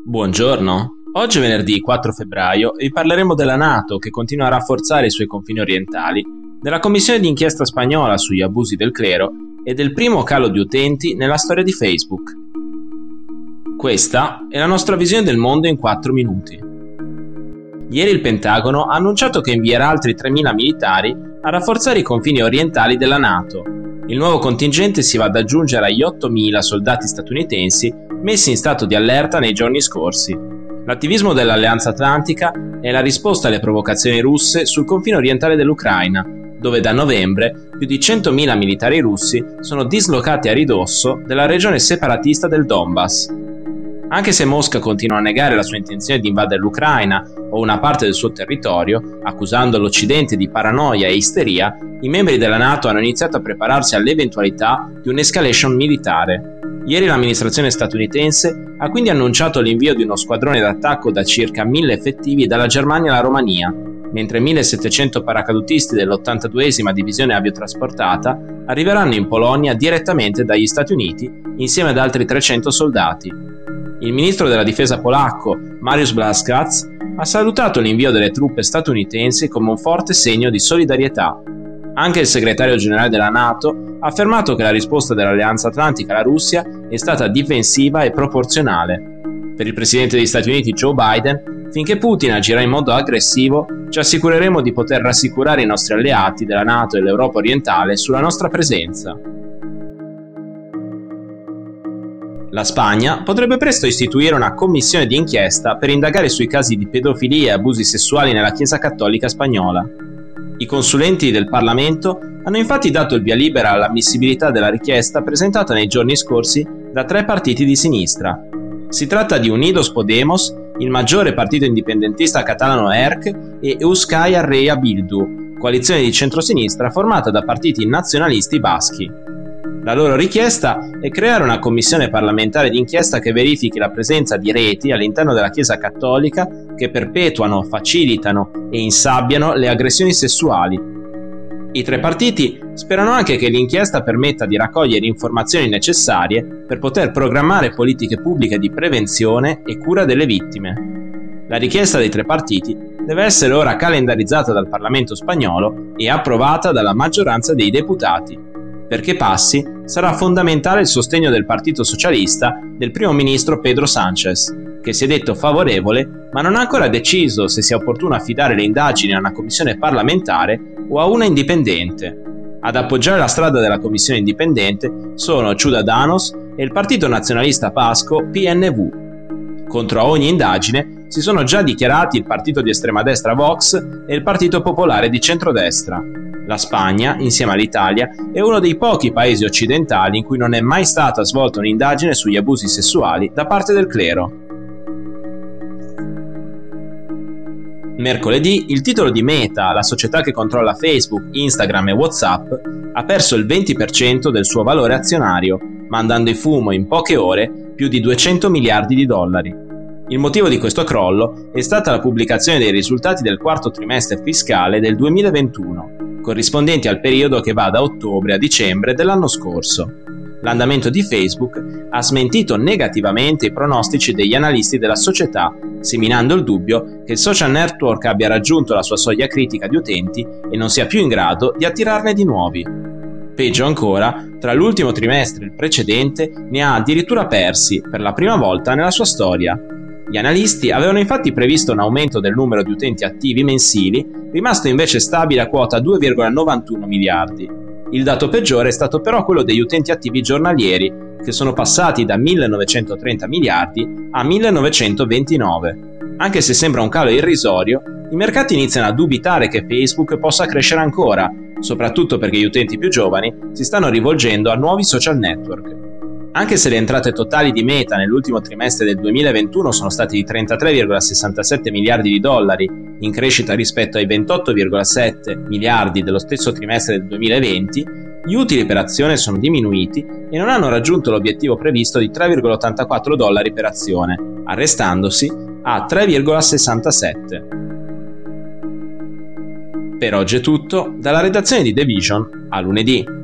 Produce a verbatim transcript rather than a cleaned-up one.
Buongiorno, oggi è venerdì quattro febbraio e vi parleremo della NATO che continua a rafforzare i suoi confini orientali, della commissione d'inchiesta spagnola sugli abusi del clero e del primo calo di utenti nella storia di Facebook. Questa è la nostra visione del mondo in quattro minuti. Ieri il Pentagono ha annunciato che invierà altri tremila militari a rafforzare i confini orientali della NATO. Il nuovo contingente si va ad aggiungere agli ottomila soldati statunitensi messi in stato di allerta nei giorni scorsi. L'attivismo dell'Alleanza Atlantica è la risposta alle provocazioni russe sul confine orientale dell'Ucraina, dove da novembre più di centomila militari russi sono dislocati a ridosso della regione separatista del Donbass. Anche se Mosca continua a negare la sua intenzione di invadere l'Ucraina o una parte del suo territorio, accusando l'Occidente di paranoia e isteria, i membri della NATO hanno iniziato a prepararsi all'eventualità di un'escalation militare. Ieri l'amministrazione statunitense ha quindi annunciato l'invio di uno squadrone d'attacco da circa mille effettivi dalla Germania alla Romania, mentre millesettecento paracadutisti dell'ottantaduesima divisione aviotrasportata arriveranno in Polonia direttamente dagli Stati Uniti insieme ad altri trecento soldati. Il ministro della difesa polacco, Mariusz Błaszczak, ha salutato l'invio delle truppe statunitensi come un forte segno di solidarietà. Anche il segretario generale della NATO ha affermato che la risposta dell'Alleanza Atlantica alla Russia è stata difensiva e proporzionale. Per il presidente degli Stati Uniti Joe Biden, finché Putin agirà in modo aggressivo, ci assicureremo di poter rassicurare i nostri alleati della NATO e dell'Europa orientale sulla nostra presenza. La Spagna potrebbe presto istituire una commissione di inchiesta per indagare sui casi di pedofilia e abusi sessuali nella Chiesa Cattolica spagnola. I consulenti del Parlamento hanno infatti dato il via libera all'ammissibilità della richiesta presentata nei giorni scorsi da tre partiti di sinistra. Si tratta di Unidos Podemos, il maggiore partito indipendentista catalano E R C, e Euskal Herria Bildu, coalizione di centrosinistra formata da partiti nazionalisti baschi. La loro richiesta è creare una commissione parlamentare d'inchiesta che verifichi la presenza di reti all'interno della Chiesa Cattolica che perpetuano, facilitano e insabbiano le aggressioni sessuali. I tre partiti sperano anche che l'inchiesta permetta di raccogliere informazioni necessarie per poter programmare politiche pubbliche di prevenzione e cura delle vittime. La richiesta dei tre partiti deve essere ora calendarizzata dal Parlamento spagnolo e approvata dalla maggioranza dei deputati. Perché passi, sarà fondamentale il sostegno del Partito Socialista del primo ministro Pedro Sánchez, che si è detto favorevole, ma non ha ancora deciso se sia opportuno affidare le indagini a una commissione parlamentare o a una indipendente. Ad appoggiare la strada della commissione indipendente sono Ciudadanos e il partito nazionalista basco P N V. Contro ogni indagine si sono già dichiarati il partito di estrema destra Vox e il partito popolare di centrodestra. La Spagna, insieme all'Italia, è uno dei pochi paesi occidentali in cui non è mai stata svolta un'indagine sugli abusi sessuali da parte del clero. Mercoledì il titolo di Meta, la società che controlla Facebook, Instagram e WhatsApp, ha perso il venti per cento del suo valore azionario, mandando in fumo in poche ore più di duecento miliardi di dollari. Il motivo di questo crollo è stata la pubblicazione dei risultati del quarto trimestre fiscale del duemilaventuno, corrispondenti al periodo che va da ottobre a dicembre dell'anno scorso. L'andamento di Facebook ha smentito negativamente i pronostici degli analisti della società, seminando il dubbio che il social network abbia raggiunto la sua soglia critica di utenti e non sia più in grado di attirarne di nuovi. Peggio ancora, tra l'ultimo trimestre e il precedente ne ha addirittura persi per la prima volta nella sua storia. Gli analisti avevano infatti previsto un aumento del numero di utenti attivi mensili, rimasto invece stabile a quota due virgola novantuno miliardi. Il dato peggiore è stato però quello degli utenti attivi giornalieri, che sono passati da millenovecentotrenta miliardi a millenovecentoventinove. Anche se sembra un calo irrisorio, i mercati iniziano a dubitare che Facebook possa crescere ancora, soprattutto perché gli utenti più giovani si stanno rivolgendo a nuovi social network. Anche se le entrate totali di Meta nell'ultimo trimestre del duemilaventuno sono state di trentatré virgola sessantasette miliardi di dollari, in crescita rispetto ai ventotto virgola sette miliardi dello stesso trimestre del duemilaventi, gli utili per azione sono diminuiti e non hanno raggiunto l'obiettivo previsto di tre virgola ottantaquattro dollari per azione, arrestandosi a tre virgola sessantasette. Per oggi è tutto, dalla redazione di The Vision a lunedì.